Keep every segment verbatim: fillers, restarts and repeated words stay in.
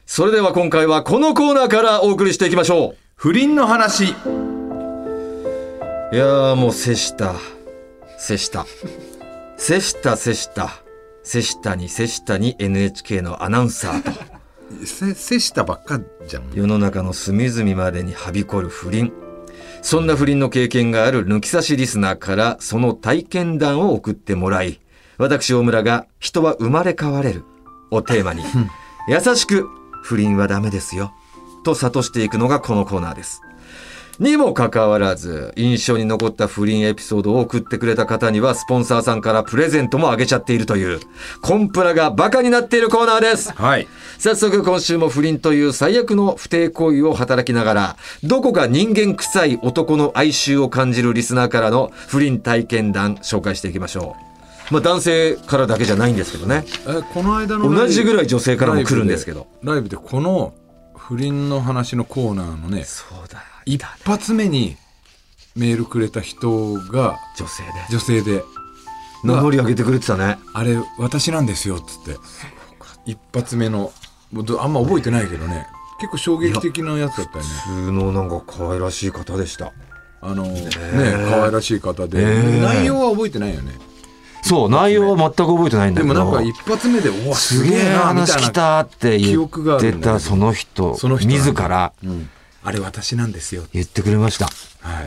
それでは今回はこのコーナーからお送りしていきましょう。 不倫の話。いやーもう瀬下瀬下瀬下瀬下瀬下に瀬下に エヌエイチケー のアナウンサーとせ瀬下ばっかじゃん。 世の中の隅々までにはびこる不倫。そんな不倫の経験がある抜き差しリスナーからその体験談を送ってもらい、私大村が人は生まれ変われるをテーマに優しく不倫はダメですよと諭していくのがこのコーナーです。にもかかわらず印象に残った不倫エピソードを送ってくれた方にはスポンサーさんからプレゼントもあげちゃっているというコンプラがバカになっているコーナーです、 はい、 早速今週も不倫という最悪の不貞行為を働きながらどこか人間臭い男の哀愁を感じるリスナーからの不倫体験談紹介していきましょう。まあ、男性からだけじゃないんですけどね。 えこの間の同じぐらい女性からも来るんですけど、 ライブでこの不倫の話のコーナーのね、 そうだ、 一発目にメールくれた人が女性で女性で名乗り上げてくれてたね。 あれ私なんですよっつって一発目のもうあんま覚えてないけどね、結構衝撃的なやつだったよね。 普通のなんか可愛らしい方でした。 あのね可愛らしい方で、内容は覚えてないよね。 そう内容は全く覚えてないんだけど、 でもなんか一発目でおわすげえ話来たって言ってたその人その人自ら、 うん、あれ私なんですよ言ってくれました、 はい、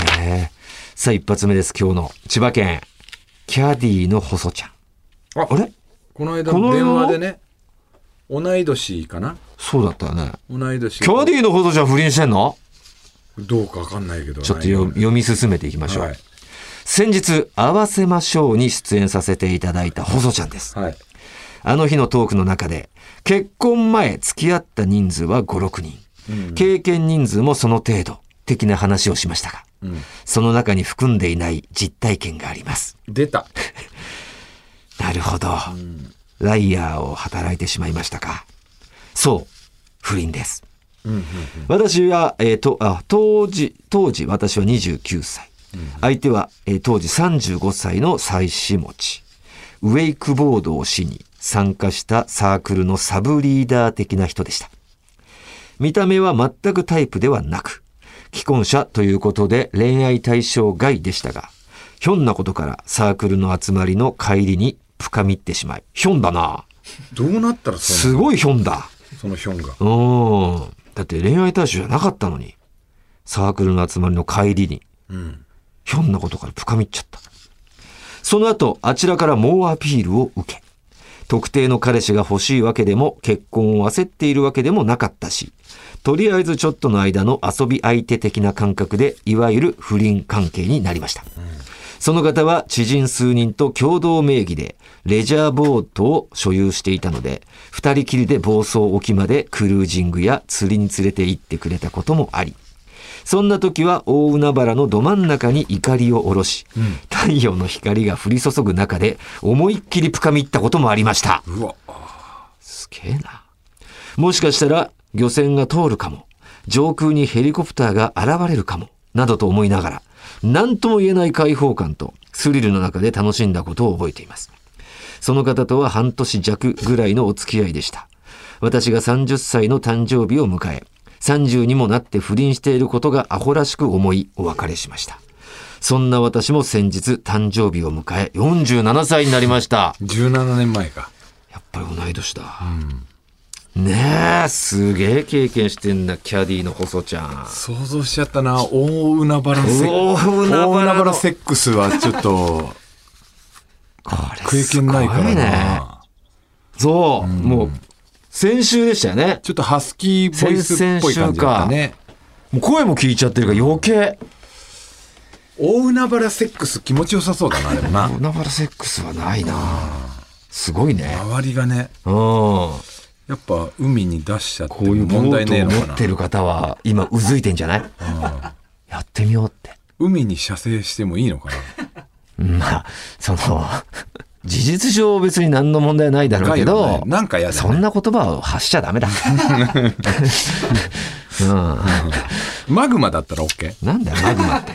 ねえ。さあ一発目です。今日の千葉県キャディの細ちゃん。あ, あれこの間の電話でね、同い年かな。 そうだったよね。 同い年。 キャディの細ちゃん不倫してんの？ どうか分かんないけどちょっと読み進めていきましょう、はい、先日合わせましょうに出演させていただいた細ちゃんです、はい、あの日のトークの中で結婚前付き合った人数はご、ろくにん、うん、経験人数もその程度的な話をしましたが、うん、その中に含んでいない実体験があります。 出たなるほど、うん、ライアーを働いてしまいましたか。そう不倫です、うんうんうん、私は、えー、とあ当時当時私はにじゅうきゅうさい、うん、相手は、えー、当時さんじゅうごさいの妻子持ち、ウェイクボードをしに参加したサークルのサブリーダー的な人でした。見た目は全くタイプではなく既婚者ということで恋愛対象外でしたが、ひょんなことからサークルの集まりの帰りに深みってしまい、ひょんだな。 どうなったらそすごいひょんだ。 そのひょんがうんだって恋愛対象じゃなかったのにサークルの集まりの帰りに、うん、ひょんなことから深みっちゃった。その後あちらから猛アピールを受け、特定の彼氏が欲しいわけでも結婚を焦っているわけでもなかったし、とりあえずちょっとの間の遊び相手的な感覚でいわゆる不倫関係になりました、うん、その方は知人数人と共同名義でレジャーボートを所有していたので、二人きりで房総沖までクルージングや釣りに連れて行ってくれたこともあり、そんな時は大海原のど真ん中に怒りを下ろし、うん、太陽の光が降り注ぐ中で思いっきり深み入ったこともありました。 うわすげえな。もしかしたら漁船が通るかも、上空にヘリコプターが現れるかもなどと思いながら、何とも言えない開放感とスリルの中で楽しんだことを覚えています。その方とは半年弱ぐらいのお付き合いでした。私がさんじゅっさいの誕生日を迎え、さんじゅうにもなって不倫していることがアホらしく思いお別れしました。そんな私も先日誕生日を迎えよんじゅうななさいになりました。 じゅうななねんまえか。 やっぱり同い年だ、うん、ねえすげえ経験してんだキャディの細ちゃん。 想像しちゃったな。大海原セックス大海原セックスはちょっと経験ないからな、ね、 そう、うん、もう先週でしたよね。 ちょっとハスキーボイスっぽい感じだったね。 もう声も聞いちゃってるから余計。 大海原セックス気持ちよさそうだな。でもな大海原セックスはないな。すごいね。 周りがね、 うん、 やっぱ海に出しちゃってこういう問題ねえのかな。持ってる方は今うずいてんじゃない？やってみようって。 海に射精してもいいのかな。 まあその事実上別に何の問題はないだろうけど、ね、 なんかやだね、 そんな言葉を発しちゃダメだ、うん、 マグマだったら OK？ なんだよマグマって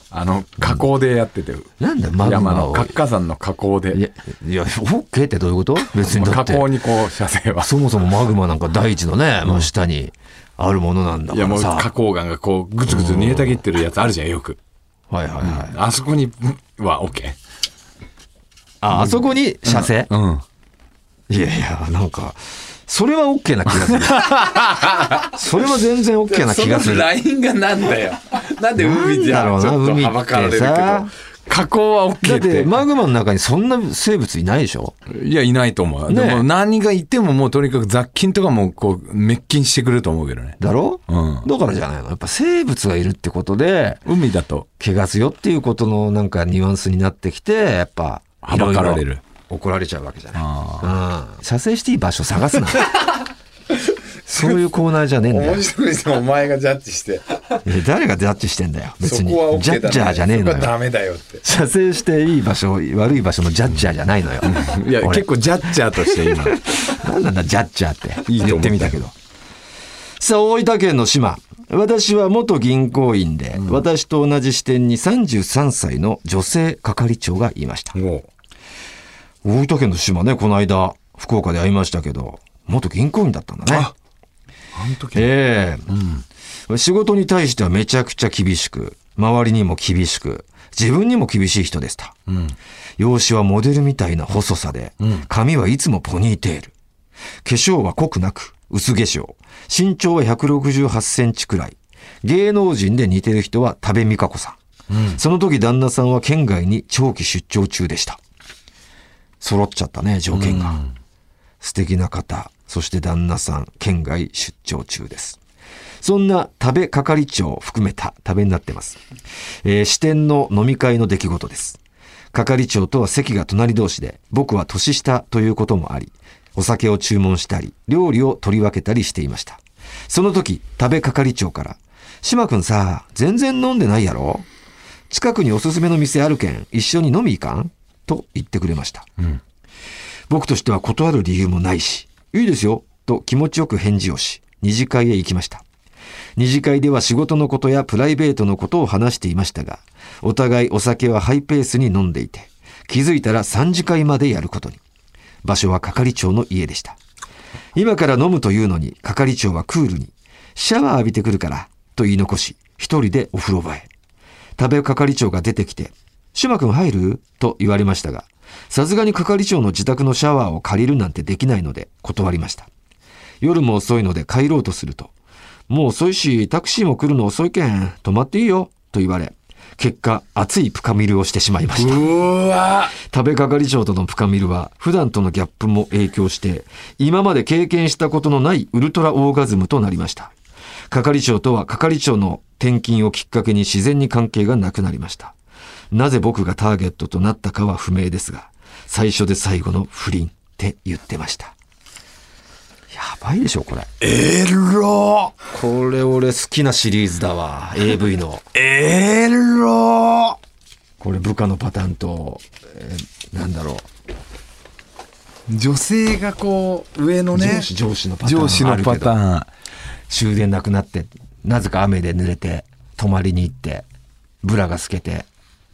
あの河口でやってて、 なんだマグ山マをの活火山の河口で。 いやいや OK ってどういうこと？別にだって河口にこう射精はそもそもマグマなんか大地のね、真下にあるものなんだいやもうからさ。 花崗岩がこうぐつぐつ煮えたぎってるやつあるじゃんよく。 はいはいはい。 あそこには OK。 あ、あそこに射精？ うん。 いやいや、なんか、それは OK な気がする。それは全然 OK な気がする。 そのラインがなんだよ。なんで海じゃちょっとはばかられるけど。河口は OK って。 だってマグマの中にそんな生物いないでしょ？ いや、いないと思う。 ね、 でも何がいてももうとにかく雑菌とかもこう滅菌してくれると思うけどね。 だろ？ うん。 だからじゃないの。やっぱ生物がいるってことで、 海だと。 怪我すよっていうことのなんかニュアンスになってきて、やっぱ、 はばかられる。 怒られちゃうわけじゃない。うん。射精していい場所探すな。そういうコーナーじゃねえんだよ。 面白いですお前がジャッジして。 誰がジャッジしてんだよ。別に。 そこは OK だね、 ジャッジャーじゃねえのよ。 そこはダメだよって。 射精していい場所、悪い場所のジャッジャーじゃないのよ。 いや、結構ジャッジャーとして今。 なんなんだ、ジャッジャーって。 いいと思った言ってみたけど。さあ、大分県の島。私は元銀行員で、うん、私と同じ支店にさんじゅうさんさいの女性係長がいました。大分県の島ね、この間、福岡で会いましたけど、元銀行員だったんだね。 あ、あの時。 ええーうん、仕事に対してはめちゃくちゃ厳しく、周りにも厳しく、自分にも厳しい人でした。うん、容姿はモデルみたいな細さで、うん、髪はいつもポニーテール。化粧は濃くなく、薄化粧。身長はひゃくろくじゅうはちセンチくらい。芸能人で似てる人は多部未華子さん。うん、その時旦那さんは県外に長期出張中でした。揃っちゃったね、条件が。うん、素敵な方、そして旦那さん、県外出張中です。そんな多部係長を含めた多部になってます。えー、支店の飲み会の出来事です。係長とは席が隣同士で、僕は年下ということもあり、お酒を注文したり、料理を取り分けたりしていました。その時、多部係長から、島くんさ、全然飲んでないやろ？近くにおすすめの店あるけん、一緒に飲み行かん？と言ってくれました。うん、僕としては断る理由もないし、いいですよ、と気持ちよく返事をし、二次会へ行きました。二次会では仕事のことやプライベートのことを話していましたが、お互いお酒はハイペースに飲んでいて、気づいたら三次会までやることに。場所は係長の家でした。今から飲むというのに、係長はクールに、シャワー浴びてくるから、と言い残し、一人でお風呂場へ。多部係長が出てきて、島くん入る？と言われましたが、さすがに係長の自宅のシャワーを借りるなんてできないので断りました。夜も遅いので帰ろうとすると、もう遅いしタクシーも来るの遅いけん泊まっていいよと言われ、結果熱いプカミルをしてしまいました。 うわ、 多部係長とのプカミルは普段とのギャップも影響して、今まで経験したことのないウルトラオーガズムとなりました。係長とは係長の転勤をきっかけに自然に関係がなくなりました。なぜ僕がターゲットとなったかは不明ですが、最初で最後の不倫って言ってました。やばいでしょこれ。 エロー。これ俺好きなシリーズだわ。エーブイ の。 エロー。 これ部下のパターンと、えー、なんだろう。女性がこう上のね。 上司上司のパターン。 上司のパターン。 終電なくなってなぜか雨で濡れて泊まりに行ってブラが透けて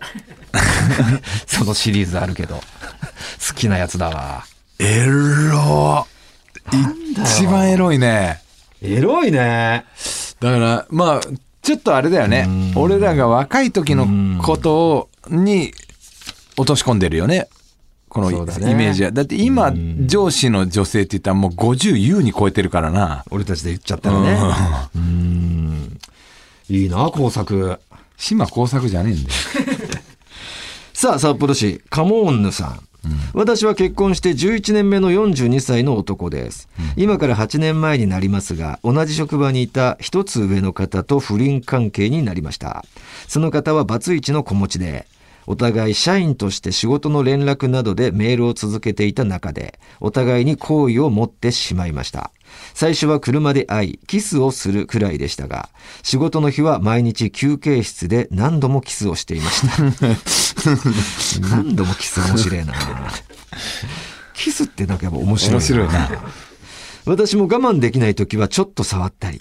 そのシリーズあるけど好きなやつだわ。 エロ一番エロいね。 エロいね。 だからまあちょっとあれだよね、俺らが若い時のことに落とし込んでるよねこのイメージは。だって今上司の女性って言ったらもうごじゅう優に超えてるからな。 俺たちで言っちゃったらね。うーん、いいな工作。 島工作じゃねえんだよさあ札幌市カモーンヌさん、うん、私は結婚してじゅういちねんめのよんじゅうにさいの男です、うん、今からはちねんまえになりますが、同じ職場にいた一つ上の方と不倫関係になりました。その方はバツイチの子持ちで、お互い社員として仕事の連絡などでメールを続けていた中で、お互いに好意を持ってしまいました。最初は車で会い、キスをするくらいでしたが、仕事の日は毎日休憩室で何度もキスをしていました何度もキス面白いなキスってなんかやっぱ面白いな。 面白いな。 私も我慢できない時はちょっと触ったり、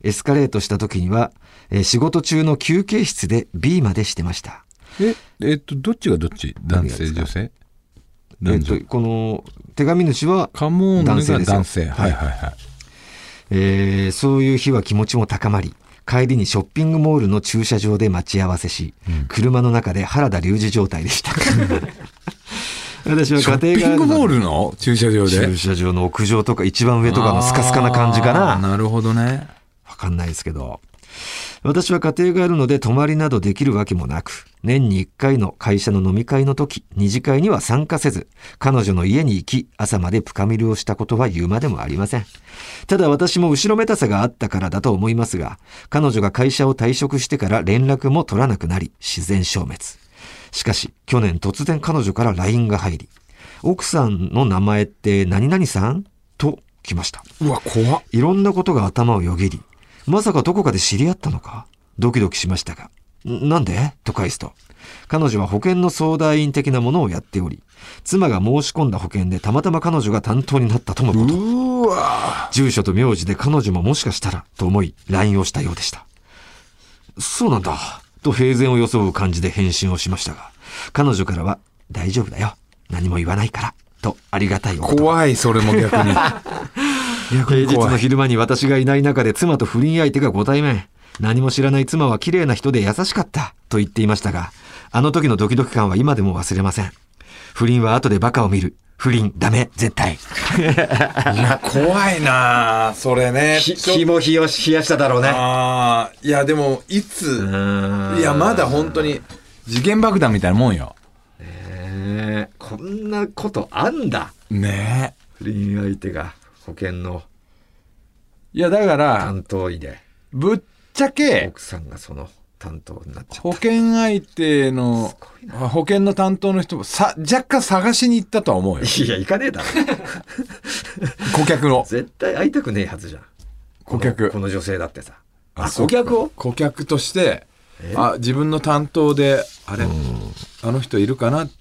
エスカレートした時には、えー仕事中の休憩室で B までしてました。 ええっとどっちがどっち？男性女性？ えっと、この手紙主はカモーンが男性ですよ。 男性。はいはいはい。 えーそういう日は気持ちも高まり、帰りにショッピングモールの駐車場で待ち合わせし、うん、車の中で原田龍二状態でした私は家庭があるので、 ショッピングモールの駐車場で、 駐車場の屋上とか一番上とかのスカスカな感じかな。 なるほどね。 わかんないですけど、私は家庭があるので泊まりなどできるわけもなく、年にいっかいの会社の飲み会の時、二次会には参加せず、彼女の家に行き、朝までプカミルをしたことは言うまでもありません。ただ私も後ろめたさがあったからだと思いますが、彼女が会社を退職してから連絡も取らなくなり、自然消滅。しかし、去年突然彼女から ライン が入り、奥さんの名前って何々さんと来ました。 うわ、怖っ。 いろんなことが頭をよぎり、まさかどこかで知り合ったのかドキドキしましたが、なんでと返すと、彼女は保険の相談員的なものをやっており、妻が申し込んだ保険でたまたま彼女が担当になったとのこと。 うわ、 住所と名字で彼女ももしかしたらと思い ライン をしたようでした。そうなんだと平然を装う感じで返信をしましたが、彼女からは大丈夫だよ、何も言わないからとありがたいお言葉。 怖い、それも逆に平日の昼間に私がいない中で妻と不倫相手がご対面。何も知らない妻は綺麗な人で優しかったと言っていましたが、あの時のドキドキ感は今でも忘れません。不倫は後でバカを見る。不倫ダメ絶対。 いや怖いなそれね。 気も冷やしただろうね。 あいやでもいついやまだ本当に時限爆弾みたいなもんよ。 ねえ、こんなことあんだねえ。 不倫相手が保険のいやだから担当医でぶっちゃけ奥さんがその担当になっちゃった。 保険相手の保険の担当の人もさ若干探しに行ったとは思うよ。 いや行かねえだろ顧客の絶対会いたくねえはずじゃん。 顧客この, この女性だってさ。 あ顧客を顧客としてあ自分の担当であれあの人いるかなって。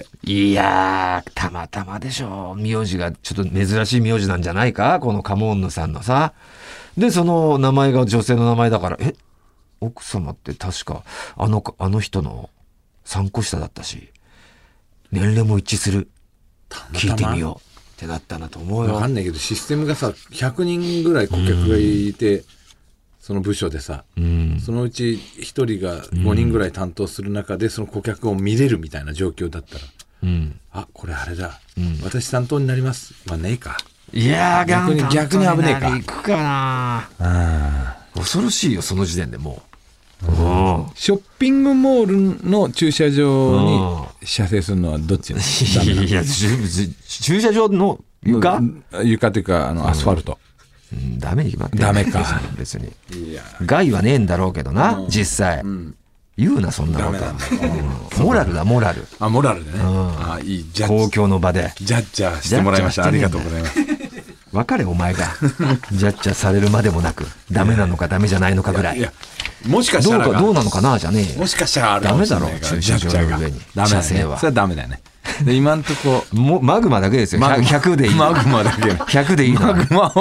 いやーたまたまでしょ。名字がちょっと珍しい名字なんじゃないか、このカモンヌさんのさ。でその名前が女性の名前だから、え奥様って確かあのあの人のさんこ下だったし、年齢も一致する。聞いてみようってなったなと思うよ。 分かんないけどシステムがさひゃくにんぐらい顧客がいて、うん、その部署でさ、うん、そのうちひとりがごにんぐらい担当する中でその顧客を見れるみたいな状況だったら、うん、あこれあれだ、うん、私担当になりますまあねえか。いやー逆に逆に危ねえか。行くかなあ。恐ろしいよその時点でもう、うん、ショッピングモールの駐車場に射精するのはどっちなの？いや駐車場の床床っていうかあのアスファルト、うん、ダメに決まってる。ダメか別に。いや害はねえんだろうけどな、うん、実際、うん、言うなそんなこと。うん、モラルだモラル。あモラルでね、うん、あいいジャッジ公共の場でジャッジャーしてもらいました。ありがとうございます。別れお前がジャッジャーされるまでもなくダメなのかダメじゃないのかぐらい。いやいやもしかしたらどうかどうなのかなじゃねえよ。もしかしたらあるかもしれないからダメだろ駐車場の上に射精は。それはダメだよね。で今んとこもマグマだけですよ。ひゃくでいい。マグマだけひゃくでいいの。マグマ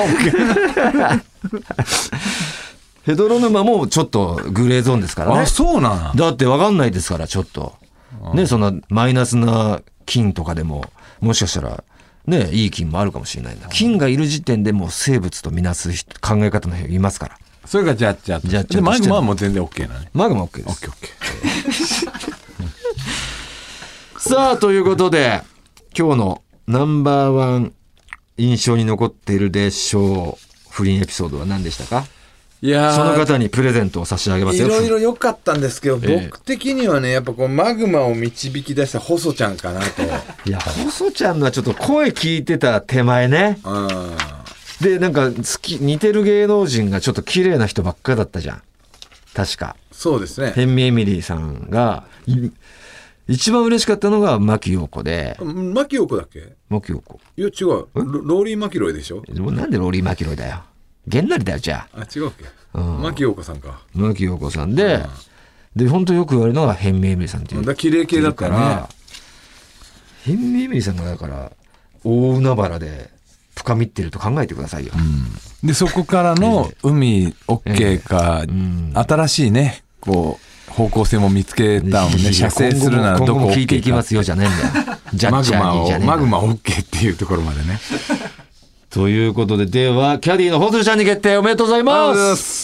OK ヘドロ沼もちょっとグレーゾーンですからね。あそうなんだって分かんないですからちょっとね。そんなマイナスな菌とかでももしかしたらね、いい菌もあるかもしれないんだ。菌がいる時点でもう生物とみなす考え方の人いますから。それがジャッジャー。ジャッジャー。マグマはもう全然 OK なね。マグマ OK です。OK OK さあということで今日のナンバーワン印象に残っているでしょう不倫エピソードは何でしたか？いやその方にプレゼントを差し上げますよ。いろいろ良かったんですけど、えー、僕的にはねやっぱこうマグマを導き出した細ちゃんかなと。いや細ちゃんのはちょっと声聞いてた手前ね。でなんか好き似てる芸能人がちょっと綺麗な人ばっかりだったじゃん確か。そうですね。ヘンミエミリーさんが一番嬉しかったのが牧陽子で。牧陽子だっけ？牧陽子。いや違うロ。ローリー・マキロイでしょ。なんでローリー・マキロイだよ。げんなりだよじゃあ。あ違うっけ。牧陽子さんか。牧陽子さんで、で本当よく言われるのがヘンミエミリさんっていう。だ綺麗系だったら、ヘンミエミリさんがだから大海原で深みってると考えてくださいよ。 うん、でそこからの海 OK か、えーうん、新しいねこう方向性も見つけたもんね。射精するならどこ OK か。今後も聞いていきますよじゃねえんだよ。ジャッジャーにじゃねえんだよ。マグマをマグマ OK っていうところまでね。 ということで、ではキャディーの放送ちゃんに決定おめでとうございます。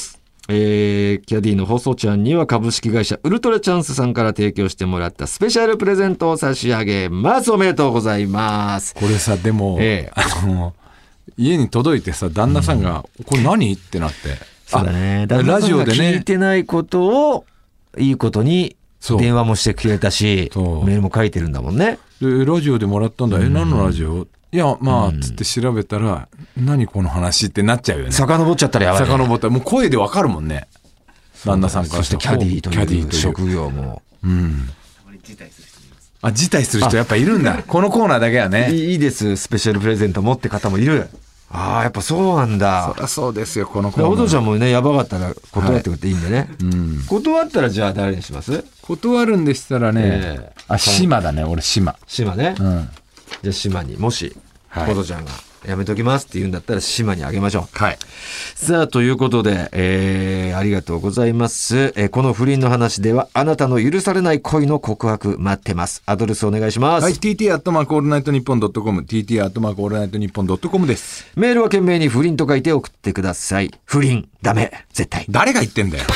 えー、キャディーの放送ちゃんには株式会社ウルトラチャンスさんから提供してもらったスペシャルプレゼントを差し上げます。おめでとうございます。 これさでも、えー、あの家に届いてさ旦那さんが、うん、これ何ってなって、 そうだね、ラジオでね聞いてないことをいいことに電話もしてくれたしメールも書いてるんだもんね。 でラジオでもらったんだ、うん、え何のラジオ、いやまあつって調べたら、うん、何この話ってなっちゃうよね。 遡っちゃったらやばい、ね、 遡ったらもう声でわかるもんね旦那さんから。 そしてキャディーという職業も、うん、 あ辞退する人やっぱいるんだ。このコーナーだけはね。 いいです。スペシャルプレゼント持って方もいる。ああやっぱそうなんだ。 そりゃそうですよこのコーナー。 お父ちゃんもねやばかったら断ってくれていいんでね、はいうん、断ったらじゃあ誰にします？ 断るんでしたらね、えー、あ島だね。俺島島ね、うん、じゃあ島にもしお父ちゃんがやめときますって言うんだったら島にあげましょう。はい。さあということで、えー、ありがとうございます、えー、この不倫の話ではあなたの許されない恋の告白待ってます。アドレスお願いします。 はい ティーティー アットマークオールナイトニッポンドットコム ティーティー アットマークオールナイトニッポンドットコムです。 メールは懸命に不倫と書いて送ってください。不倫ダメ絶対。 誰が言ってんだよ。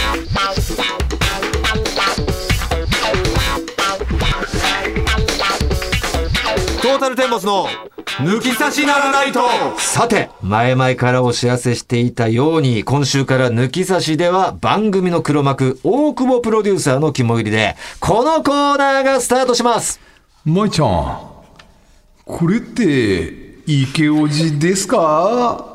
トータルテンボスの抜き差しならないと。さて前々からお知らせしていたように今週から抜き差しでは番組の黒幕大久保プロデューサーの肝入りでこのコーナーがスタートします。 舞ちゃんこれってイケオジですか？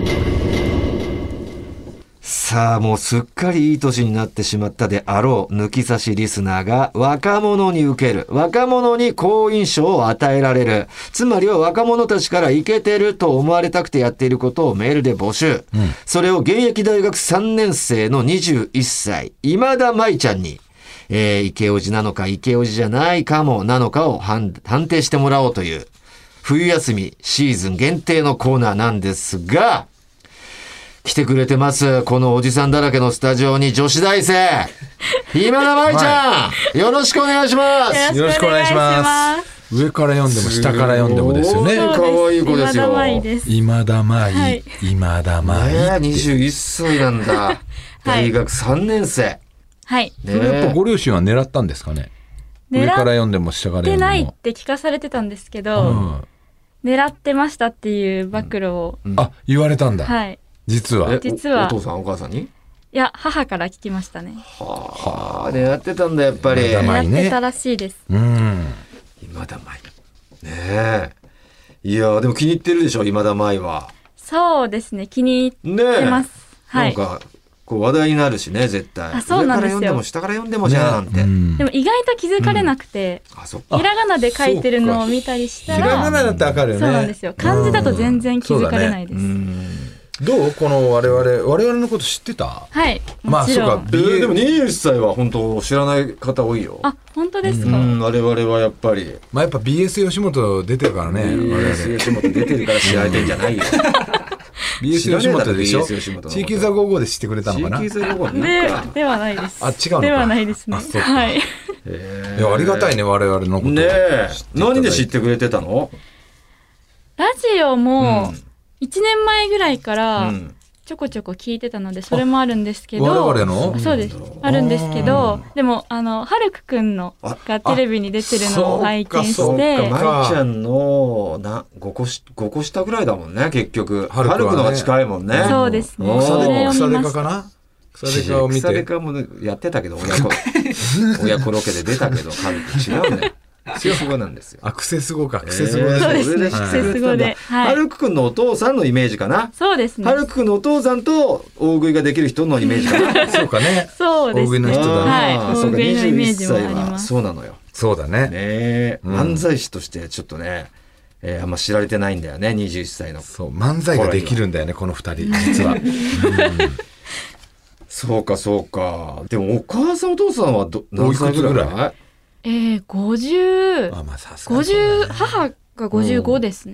さあもうすっかりいい年になってしまったであろう抜き差しリスナーが若者に受ける、若者に好印象を与えられる、つまりは若者たちからイケてると思われたくてやっていることをメールで募集、うん、それを現役大学さんねん生のにじゅういっさい今田舞ちゃんに、えー、イケオジなのかイケオジじゃないかもなのかを判定してもらおうという冬休みシーズン限定のコーナーなんですが、来てくれてます。このおじさんだらけのスタジオに女子大生今田舞ちゃん、はい、よろしくお願いします。 よろしくお願いします。上から読んでも下から読んでもですよね。 可愛い子ですよ。 今田舞、はい、今田舞、 ね、にじゅういっさいなんだ大学さんねん生。 はい、ね、それやっぱご両親は狙ったんですかね。上から読んでも下から読んでも。 狙ってないって聞かされてたんですけど、うん、狙ってましたっていう暴露を、 うん、あ言われたんだ。 はい実は実はお, お父さんお母さんに、 いや母から聞きましたね。 はあ狙ってたんだやっぱり。 狙ってたらしいです。 うん今田舞ねえ、いやでも気に入ってるでしょ今田舞は。 そうですね気に入ってます、ねはい、なんかこう話題になるしね絶対。 あそうなんですよ。 上から読んでも下から読んでもじゃんって、ねうん、 でも意外と気づかれなくて、うん、あそっかひらがなで書いてるのを見たりしたらひらがなだってわかるよね。 そうなんですよ。漢字だと全然気づかれないです、うんうんどうこの我々我々のこと知ってた？ はいまあそうか、 えー、でもにじゅういっさいは本当知らない方多いよ。 あ本当ですか？ うん我々はやっぱりまあやっぱ ビーエス 吉本出てるからね。 ビーエス 吉本出てるから知られてんじゃないよビーエス 吉本でしょ。地域座ごじゅうごで知ってくれたのかな。 地域座ごじゅうごでではないです。 あ違うのか。 ではないですね。はい。 いやありがたいね我々のことねえ。何で知ってくれてたの？ ラジオもいちねんまえぐらいから、うんちょこちょこ聞いてたのでそれもあるんですけど。 我々のそうですあるんですけど、でもあのはるくくんのがテレビに出てるのを拝見してまいちゃんのな 5, 個しごこ下ぐらいだもんね結局。はるくのが近いもんね。 そうですね。 草デ草デカかな。草デカを見て草デカもやってたけど親子親子ロケで出たけどはるく違うんだよ。クセスゴなんですよ。 あクセスゴかクセスゴですね。そうですね。クセスゴで。 はるくくんのお父さんのイメージかな。 そうですね。 はるくくんのお父さんと大食いができる人のイメージかな。 そうかね。 そうですね。 大食いの人だね。 はい。大食いのイメージもあります。 そうなのよ。 そうだね。 ね漫才師としてちょっとね、えー、あんま知られてないんだよねにじゅういっさいの。 そう漫才ができるんだよねこのふたり実は。 そうかそうか。でもお母さんお父さんはど何歳ぐらい？ えー、ごじゅう、あ、まあ、さすがにごじゅう、母がごじゅうごですね。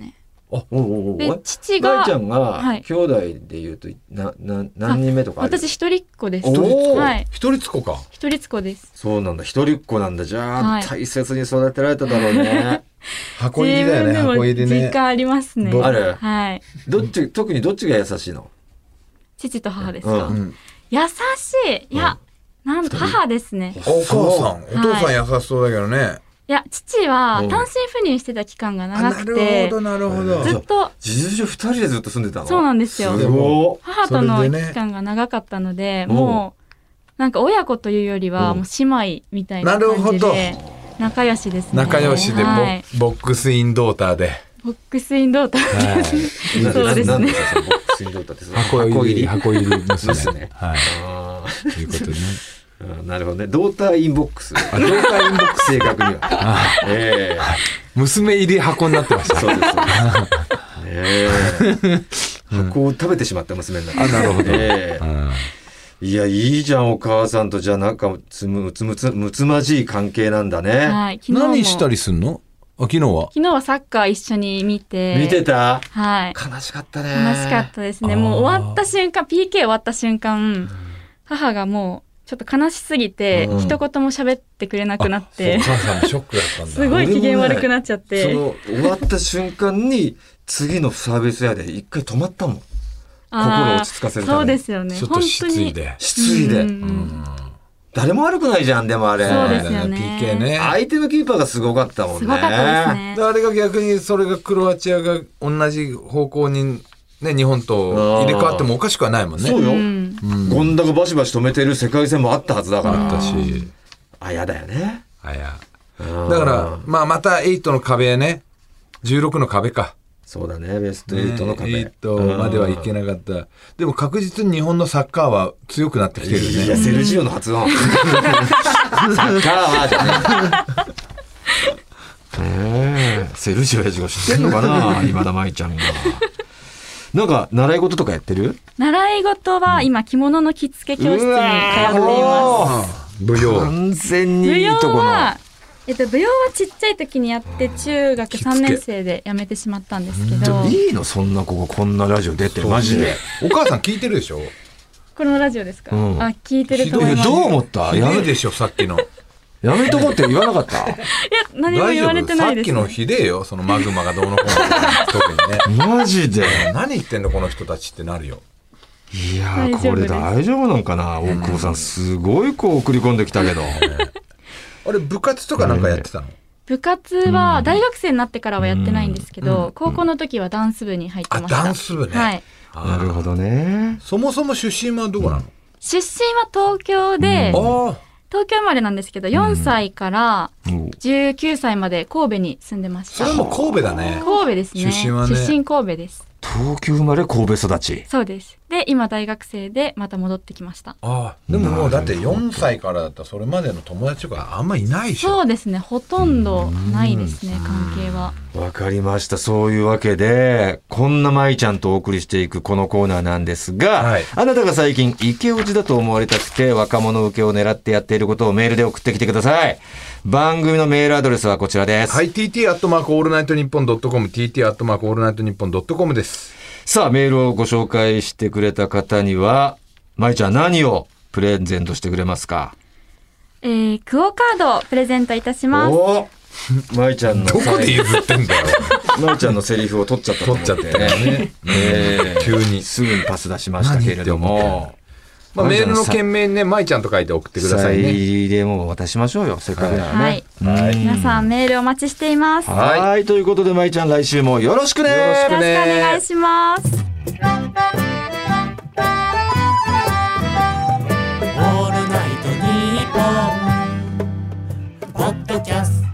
おおおで父が舞ちゃんがはい兄弟でいうとなな何人目とかある？ 私一人っ子です。 おーはい、 一人っ子か。 一人っ子です。 そうなんだ、一人っ子なんだ。じゃあ、 はい大切に育てられただろうね。 箱入りだよね、 自分箱入でもりね。 実感ありますね。 あるはい。 どっち、特にどっちが優しいの？ 父と母ですか。 うんうん優しい。いや、なん母ですね。 お母さん、お父さん優しそうだけどね。 いや、父はうん単身赴任してた期間があ、 長なるくて、 ほど、なるほど。 ずっと事実上二人でずっと住んでたの？ そうなんですよ。 すご母とのそれでね期間が長かったので、 うんもうなんか親子というよりはうんもう姉妹みたいななるほど感じで仲良しですね。 仲良しでボ,、 はい、 ボックスインドーターで。 ボックスインドーター。 い。なそうですねなんでさ、ボックスインドーターってさ箱入り、箱入り娘。 娘はい。 あということでね。 ーなるほどね。ドーターインボックス。ドーターインボックス正確には。ええ娘入り箱になってました。 そうです。ええ箱を食べてしまった娘になって。 あ、なるほど。 ええうんいや、いいじゃん、お母さんと。じゃあ、なんか、つむつむつ、むつまじい関係なんだね。 はい、昨日も何したりすんの？あ、昨日は。 昨日はサッカー一緒に見て。 見てた？ はい。 悲しかったね。 楽しかったですね。もう終わった瞬間、ピーケー 終わった瞬間、母がもうちょっと悲しすぎて、 うん一言も喋ってくれなくなってお、母さんもショックだったんだ。 すごい機嫌悪くなっちゃって。 その、終わった瞬間に、次のサービスエアで一回止まったもん。心を落ち着かせるためにそうですよね。 ちょっと失意で。 失意で。 うんうんうん誰も悪くないじゃん、でもあれ。 そうですよねピーケー ね。 相手のキーパーがすごかったもんね。 すごかったですね。 であれが逆にそれがクロアチアが同じ方向にね日本と入れ替わってもおかしくはないもんね。 そうよ。 うん権田がバシバシ止めてる世界戦もあったはずだから。 あったし。 あ、やだよね。 あや。 うんだからまあまたはちの壁ね。じゅうろくの壁か。 そうだね、ベストはちの壁。 ねはちまではいけなかった。でも確実に日本のサッカーは強くなってきてるいや、 ね。 セルジオの発音。サッカーはじゃね。ねえ、セルジオやじが知ってんのかな、今田舞ちゃんが。なんか、習い事とかやってる？ 習い事は今、着物の着付け教室に通っています。 舞踊。 完全に舞踊いいとこの。 は、えっと、舞踊はちっちゃい時にやって中学さんねん生で辞めてしまったんですけど、 いいのそんな子がこんなラジオ出て、マジで。 お母さん聞いてるでしょ。 このラジオですか、 うんあ、聞いてると思います。 どう思った？やめひでえでしょさっきの。 やめとこうって言わなかった？ いや、何も大丈言われ夫？ てないです、 さっきのひでえよそのマグマがどうのこうの特にね。 マジで。 何言ってんのこの人たちってなるよ。 いやー、これ大丈夫です大丈夫なんかな、大久保さん。すごい子送り込んできたけど。 あれ部活とかなんかやってたの？ 部活は大学生になってからはやってないんですけど、高校の時はダンス部に入ってあました。 ダンス部ね。 はい。 なるほどね。 そもそも出身はどこなの？ 出身は東京で、 あ東京生まれなんですけど、よんさいからじゅうきゅうさいまで神戸に住んでました。 それも神戸だね。 神戸ですね。 出身はね出身神戸です。 東京生まれ神戸育ち。 そうです。で、今大学生でまた戻ってきました。 ああでももうだってよんさいからだったらそれまでの友達とかあんまいないでしょ。 そうですね。ほとんどないですね、関係は。 わかりました。そういうわけで、こんな舞ちゃんとお送りしていくこのコーナーなんですが、 はいあなたが最近イケオジだと思われたくて若者受けを狙ってやっていることをメールで送ってきてください。番組のメールアドレスはこちらです。 はい、ティーティー アットマークオールナイトニッポンドットコム、ティーティー アットマークオールナイトニッポンドットコムです。 さあ、メールをご紹介してくれた方には、舞ちゃん何をプレゼントしてくれますか？ えー、クオカードをプレゼントいたします。 お舞ちゃんのどこで譲ってんだよ。 舞ちゃんのセリフを取っちゃったと思取っちゃったよね。 えー急に。 すぐにパス出しましたけれども、 まあ、メールの件名にね、舞ちゃんと書いて送ってくださいね。 サイン入りでもう渡しましょうよ、せっかくならね。 はい。 はい皆さんメールお待ちしています。よろしはい。はいということで、舞ちゃん来週もよろしくね。 よろしくくお願いします。 オールナイトニッポン」ポッドキャスト。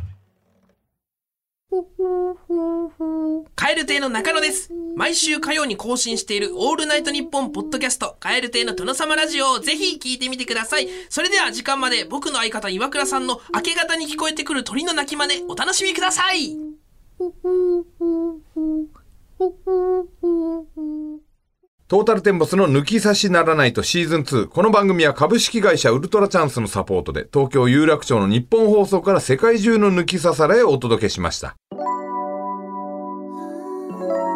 蛙亭の中野です。毎週火曜に更新しているオールナイトニッポンポッドキャスト蛙亭の殿様ラジオをぜひ聞いてみてください。それでは時間まで僕の相方岩倉さんの明け方に聞こえてくる鳥の鳴き真似お楽しみください。 トータルテンボスの抜き差しならないとシーズンツー。この番組は株式会社ウルトラチャンスのサポートで東京有楽町の日本放送から世界中の抜き差されをお届けしました。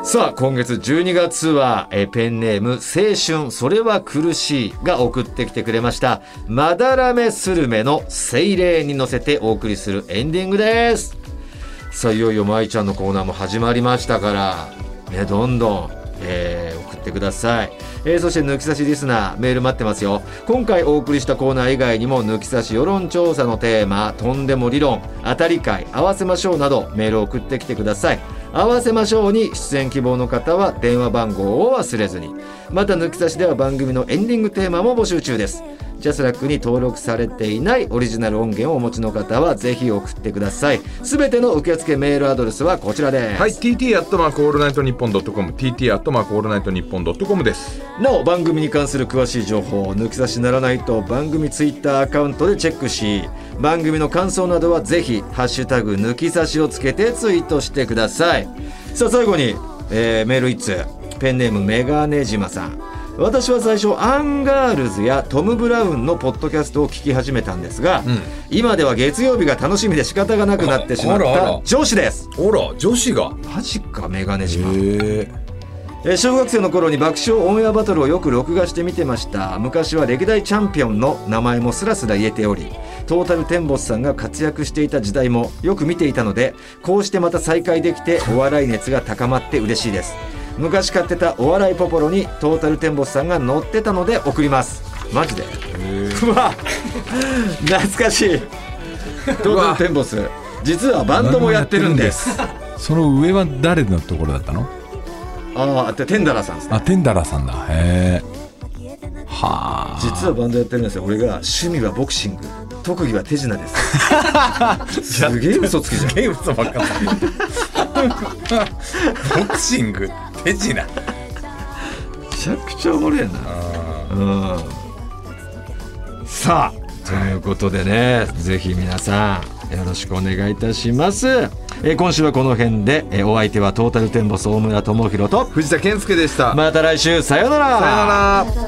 さあ今月じゅうにがつはえペンネーム青春それは苦しいが送ってきてくれましたまだらめスルメの精霊に乗せてお送りするエンディングです。さあいよいよまいちゃんのコーナーも始まりましたからね、どんどん、えー、送ってください。えー、そして抜き差しリスナーメール待ってますよ。今回お送りしたコーナー以外にも抜き差し世論調査のテーマとんでも理論当たり会合わせましょうなどメールを送ってきてください。合わせましょうに出演希望の方は電話番号を忘れずに。また抜き差しでは番組のエンディングテーマも募集中です。ジャスラックに登録されていないオリジナル音源をお持ちの方はぜひ送ってください。すべての受付メールアドレスはこちらです。 はい、ティーティー アットマークオールナイトニッポンドットコム ティーティー アットマークオールナイトニッポンドットコムです。 なお番組に関する詳しい情報を抜き差しならないと番組ツイッターアカウントでチェックし、番組の感想などはぜひハッシュタグ抜き差しをつけてツイートしてください。さあ最後に、えー、メールいっつうペンネームメガネ島さん。私は最初アンガールズやトム・ブラウンのポッドキャストを聞き始めたんですが、うん、今では月曜日が楽しみで仕方がなくなってしまった上司です。 あら女子がマジかメガネ島。へえ小学生の頃に爆笑オンエアバトルをよく録画して見てました。昔は歴代チャンピオンの名前もスラスラ言えておりトータルテンボスさんが活躍していた時代もよく見ていたので、こうしてまた再会できてお笑い熱が高まって嬉しいです。昔買ってたお笑いポポロにトータルテンボスさんが乗ってたので送ります。マジでうわ懐かしい。トータルテンボス実はバンドもやってるんです。 その上は誰のところだったの？ ああテンダラさんですね。 あテンダラさんだ。へえ。はあ。 実はバンドやってるんですよ。俺が趣味はボクシング特技は手品です。すげえ嘘つきじゃん。すげえ嘘ばっかボクシング手品めちゃくちゃおもろいな。うんさあということでね、ぜひ皆さんよろしくお願いいたします。えー、今週はこの辺で、えー、お相手はトータルテンボス大村智広と藤田健介でした。 また来週さようなら。 さようなら。